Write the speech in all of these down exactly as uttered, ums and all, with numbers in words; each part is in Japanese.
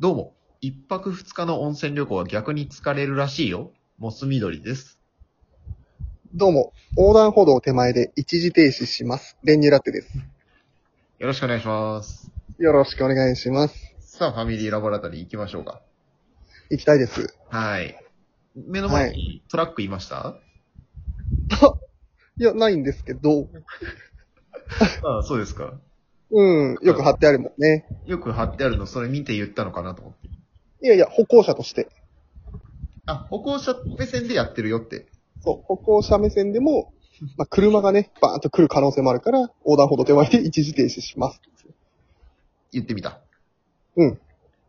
どうも、一泊二日の温泉旅行は逆に疲れるらしいよ。モス緑です。 どうも、横断歩道手前で一時停止します。練乳ラテです。 よろしくお願いします。 よろしくお願いします。 さあ、ファミリーラボラトリー行きましょうか。 行きたいです。 はい。目の前にトラックいました、 いや、ないんですけど、 ああ、そうですか。 うん、よく貼ってあるもんね。 よく貼ってあるの、それ見て言ったのかなと思って。 いやいや、歩行者として。 あ、歩行者目線でやってるよって。 そう、歩行者目線でも、まあ、車がね、バーンと来る可能性もあるから、横断歩道手前で一時停止します。 言ってみた。 うん。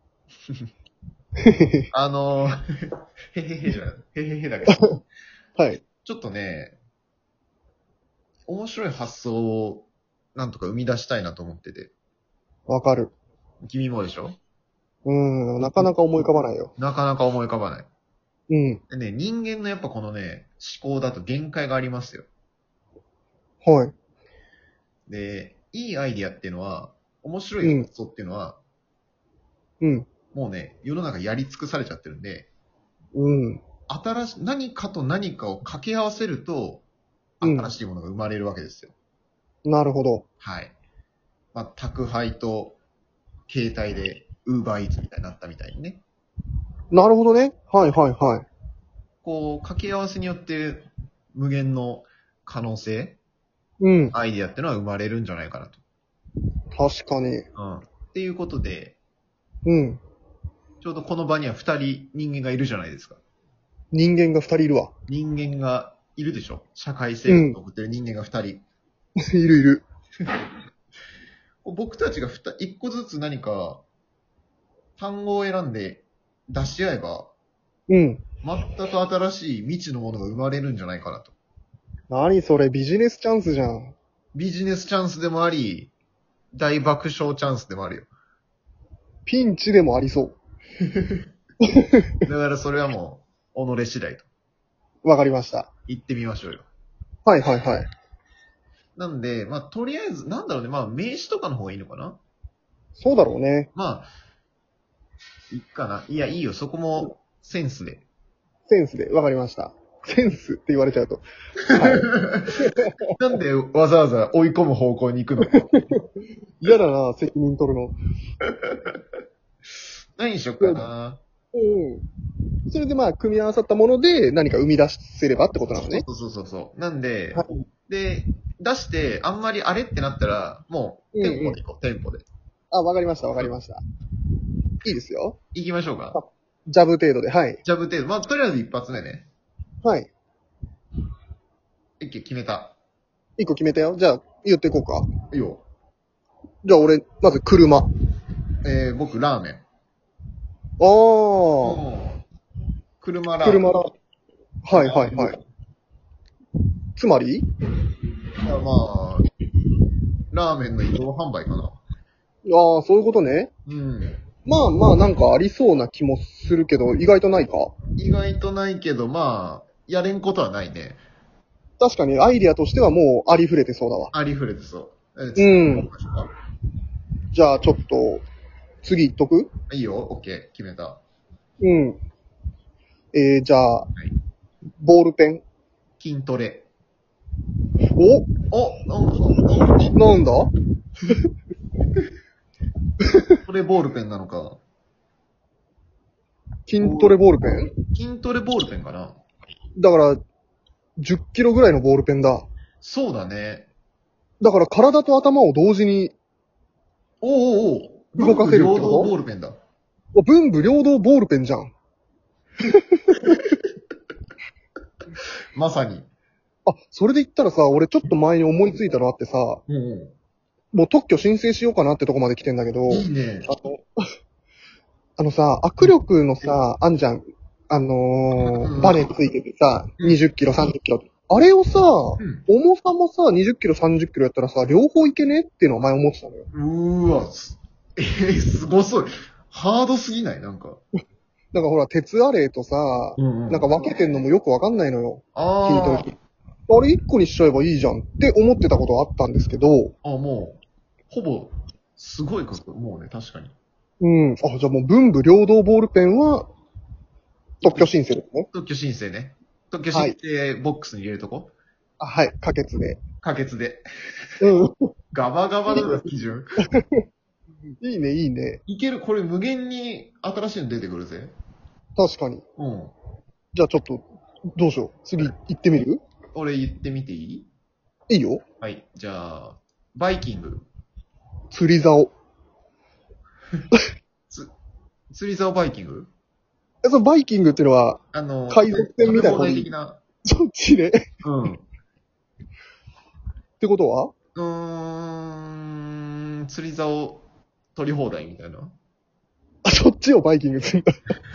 あのー、へへへじゃない。へへへだけど。 はい。 ちょっとね、面白い発想をなんとか生み出したいなと思ってて。 わかる。 君もでしょ？ うん、なかなか思い浮かばないよ。 なかなか思い浮かばない。 うん。 でね、人間のやっぱこのね、思考だと限界がありますよ。 はい。 で、いいアイディアっていうのは、面白い発想っていうのは、 うん。 もうね、世の中やり尽くされちゃってるんで、 うん。 新し、何かと何かを掛け合わせると、 うん新しいものが生まれるわけですよ。 なるほど。 はい。まあ、宅配と携帯で、ウーバーイーツみたいになったみたいにね。 なるほどね。はいはいはい。 こう、掛け合わせによって無限の可能性、 うん。 アイディアっていうのは生まれるんじゃないかなと。 確かに。 うん。っていうことで、 うん。 ちょうどこの場には二人人間がいるじゃないですか。 人間が二人いるわ。 人間がいるでしょ。社会生活を送ってる人間が二人。 いるいる。 僕たちが二一個ずつ何か単語を選んで出し合えば、 うん。 全く新しい未知のものが生まれるんじゃないかなと。 何それ、ビジネスチャンスじゃん。 ビジネスチャンスでもあり、大爆笑チャンスでもあるよ。 ピンチでもありそだからそれはもう、己次第と。 う。わかりました。 言ってみましょうよ。 はいはいはい。 なんで、まあ、とりあえず、なんだろうね、まあ、名詞とかの方がいいのかな？ そうだろうね。 まあ、いっかな。いや、いいよ。そこもセンスで。 センスで。わかりました。センスって言われちゃうと。はい。 なんでわざわざ追い込む方向に行くの？ 嫌だな、責任取るの。 何にしよっかな。 うん。それでまあ、組み合わさったもので何か生み出せればってことなのね。 そうそうそうそう。なんで、 はい。 で、出して、あんまりあれってなったら、もう、テンポで行こう、テンポで。 あ、わかりましたわかりました。いいですよ。 行きましょうか。 ジャブ程度で、はい。 ジャブ程度。まあ、とりあえず一発目ね。 はい。 一気決めた。 一個決めたよ。じゃあ、言っていこうか。 いいよ。 じゃあ俺、まず車。あえー、僕、ラーメン。 あ。 車ラーメン。 車だ。はいはいはい。つまりいや、まあ、ラーメンの移動販売かな。 ああ、そういうことね。 うん。 まあまあ、なんかありそうな気もするけど、意外とないか。 意外とないけど、まあ、やれんことはないね。 確かにアイディアとしてはもうありふれてそうだわ。 ありふれてそう。えうん次行きましょうか。 じゃあちょっと、次言っとくいいよ、オッケー、決めた。 うん。えー、じゃあ、 はい。 ボールペン。 筋トレ。 おお、なんか、筋なんだトレボールペンなのか。 筋トレボールペン筋トレボールペンかな。 だから、じゅっキロぐらいのボールペンだ。 そうだね。 だから体と頭を同時におうおうおう。 動かせるってこと両動ボールペンだ。 文武両道ボールペンじゃん。 まさに。 あ、それで言ったらさ、俺ちょっと前に思いついたのあってさ、 うんもう特許申請しようかなってとこまで来てんだけど、 いいね。 あの、あのさ、握力のさ、あんじゃん。あのー、バネついててさ、にじゅっキロ、さんじゅっキロ。あれをさ、 うん重さもさ、にじゅっキロ、さんじゅっキロやったらさ、両方いけねっていうのを前思ってたのよ。 うーわ、すえー、すごそう。ハードすぎないなんか。 なんかほら、鉄アレイとさ、 うんうんなんか分けてんのもよくわかんないのよ。ヒートあ力。あれ一個にしちゃえばいいじゃんって思ってたことあったんですけど、 あ。あ、もう、ほぼ、すごいこと。もうね、確かに。 うん。あ、じゃあもう文武両道ボールペンは特許申請ですね。 特許申請ね。特許申はい。 請ボックスに入れるとこあ、はい。可決で。 可決で。 うん。 ガバガバだな、基準。 いいね、いいね。 いける、これ無限に新しいの出てくるぜ。 確かに。 うん。 じゃあちょっと、どうしよう。次行ってみる？ 俺言ってみていい？ いいよ。 はい。じゃあ、バイキング。 釣り竿。 つ、釣り竿バイキングえ、そのバイキングっていうのは、 あの、 海賊船みたいな食べ放題的な。 そっちね。 うん。 ってことはうーん、釣り竿取り放題みたいな。 あ、そっちをバイキングするんだ。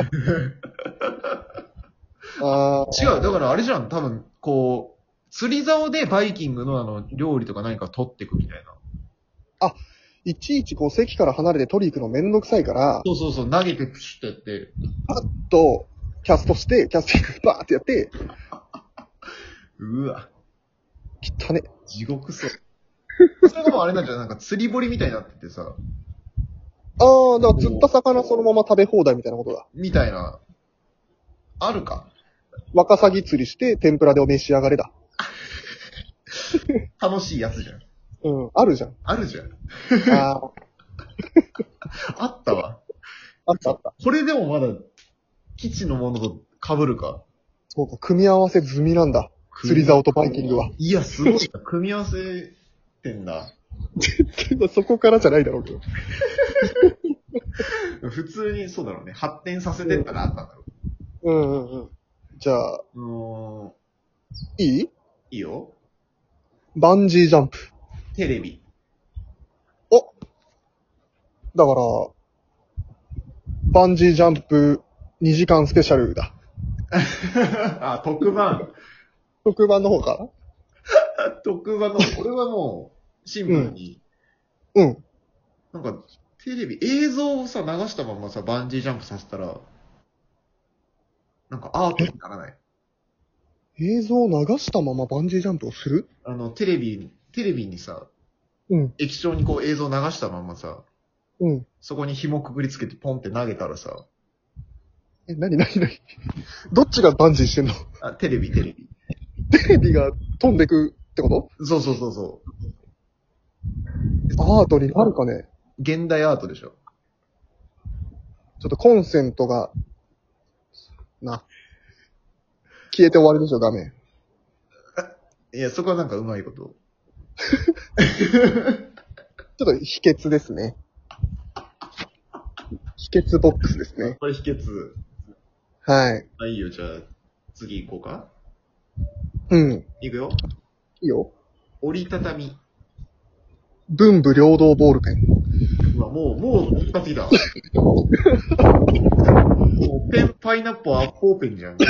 あー違う。だからあれじゃん。多分、こう、釣り竿でバイキングのあの、料理とか何か取ってくみたいな。 いちいちこう席から離れて取り行くのめんどくさいから、 そうそうそう、投げてプシュってやって。 と、キャストして、キャスティングバーってやって、 うわ、 きったね。 地獄そう。それがもうあれなんじゃないなんか釣り堀みたいになっててさ、 あー、だから釣った魚そのまま食べ放題みたいなことだ。 みたいな、あるか。 ワカサギ釣りして天ぷらでお召し上がれだ。 楽しいやつじゃん。 うん、あるじゃん。 あるじゃん。 あー、 あったわ。 あったあった。 これでもまだ、基地のものと被るか。 そうか、組み合わせ済みなんだ。釣り竿とバイキングは。 いや、すごいな。組み合わせてんだ。 そこからじゃないだろうけど。 普通にそうだろうね。発展させてったらあったんだろうんうんうん。じゃあ、 う。うーん、 いい？ いいよ。 バンジージャンプ。 テレビ。 おだから、バンジージャンプにじかんスペシャルだ。 あ、特番。 特番の方か？ 特番の、これはもう、シンプルに、 うん。 なんか、テレビ、映像をさ、流したままさ、バンジージャンプさせたら、なんかアートにならない。 映像を流したままバンジージャンプをする？ あの、テレビ、テレビにさ、 うん。 液晶にこう映像流したままさ、 うん。 そこに紐くぐりつけてポンって投げたらさ、 え、なになになにどっちがバンジーしてんの？ あ、テレビ、テレビ。 テレビが飛んでくってこそうそうそうそと？アートになるかね？ う。現代アートでしょ。 ちょっとコンセントが、な、消えて終わりでしょ、画面。 いや、そこはなんかうまいこと。 ちょっと秘訣ですね。秘訣ボックスですね。 これ秘訣。 はい。 あ、いいよ、じゃあ、次行こうか。 うん。 行くよ。 いいよ。 折りたたみ。 文武両道ボールペン。 うわ、もう、もう、一発だ。もう、ペン、パイナップル、アッポーペンじゃん。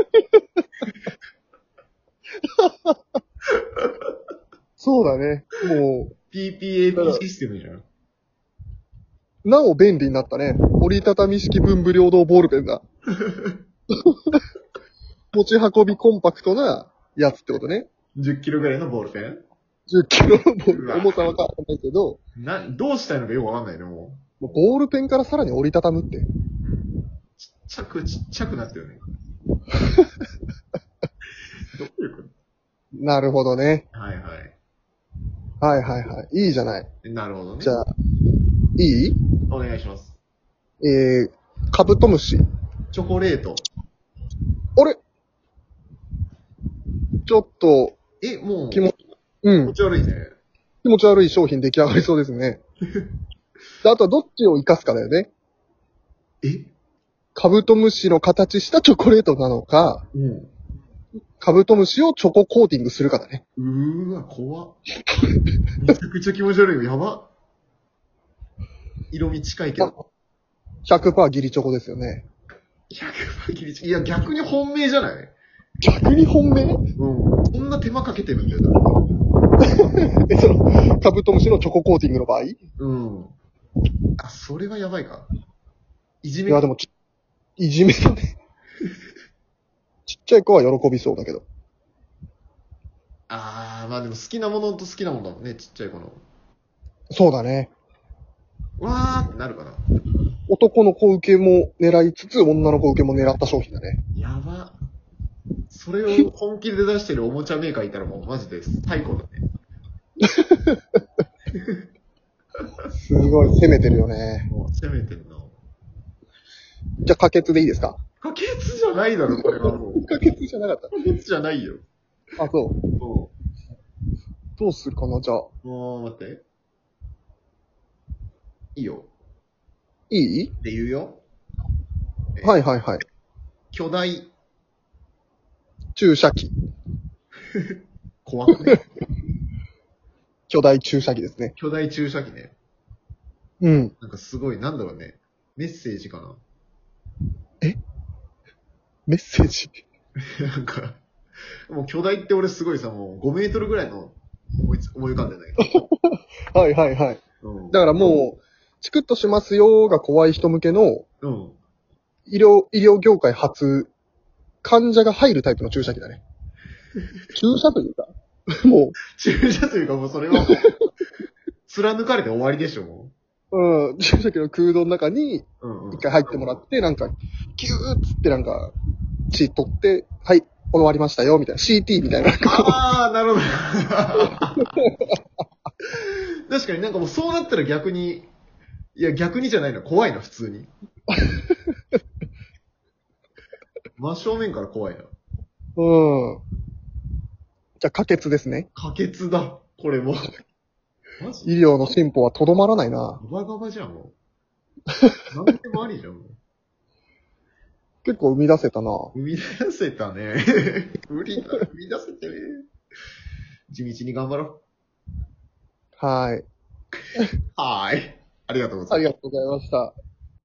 そうだね。もピーピーエーピー システムじゃん。 う、なお便利になったね。折りたたみ式文武両道ボールペンだ。持ち運びコンパクトなやつってことね。 じゅっキロぐらいのボールペンじゅっキロのボール、 うわ重さは変わらないけど、 な、どうしたいのかよくわかんないね、ももうボールペンからさらに折りたたむって。 う。ちっちゃく、ちっちゃくなってるね。どういうこなるほどね。 とはいはい。 はいはいはい。いいじゃない。 なるほどね。 じゃあ、いい？ お願いします。 えー、カブトムシ。 チョコレート。 あれちょっと、 え、もう、 気持ち、 気うん持。ち悪いね。 気持ち悪い商品出来上がりそうですね。であとはどっちを活かすかだよね。 えカブトムシの形したチョコレートなのか、 うん。 カブトムシをチョココーティングするかだね。 うーわ、怖っ。めちゃくちゃ気持ち悪いよ。やば。色味近いけど。 ひゃくパーセントギリチョコですよね。 ひゃくパーセントギリチいや、逆に本命じゃない逆に本命？ うん。そんな手間かけてるんだよ。 え、その、カブトムシのチョココーティングの場合？いうん。あ、それはやばいか。いじめや、でもち、いじめだね。ちっちゃい子は喜びそうだけど。 あー、まあでも好きなものと好きなものだもんね、ちっちゃい子の。 そうだね。 わーってなるかな。 男の子受けも狙いつつ、女の子受けも狙った商品だね。 やば。それを本気で出してるおもちゃメーカーいたらもうマジで最高だね。 すごい攻めてるよね。 もう攻めてんな。 じゃあ、可決でいいですか？ 可決じゃないだろ、これはもう。 可決じゃなかった。 可決じゃないよ。 あ、そう。 もどうするかな、じゃあ。 う、もう待って。いいよ。 いい？ って言うよ。 はいはいはい。 巨大、 注射器。 怖くね。 巨大注射器ですね。 巨大注射器ね。 うん。 なんかすごい、なんだろうね。メッセージかな。 メッセージ。 なんか、もう巨大って俺すごいさ、もうごメートルぐらいの思いつ思い浮かんでんだけど。 はいはいはい。 うん。 だからもう、チクッとしますよが怖い人向けの、 うん。 医療、医療業界初、患者が入るタイプの注射器だね。注射というか、も注射というかもうそれはもう、貫かれて終わりでしょ、もう、うん、注射器の空洞の中にう。うんうん。 一回入ってもらって、なんか、キューッつってなんか、血取って、はい、終わりましたよ、みたいな。シーティー みたいな。 ああ、なるほど。確かになんかもうそうなったら逆に、いや逆にじゃないの、怖いな、普通に。真正面から怖いな。 うん。じゃあ、可決ですね。 可決だ、これも。マジ医療の進歩はとどまらないな。 ガバガバじゃん、もう。なんでもありじゃん、もう。 結構生み出せたな。 生み出せたね。無理だ、生み出せてね。地道に頑張ろはい。 う。はーい。ありがとうございます。 ありがとうございました。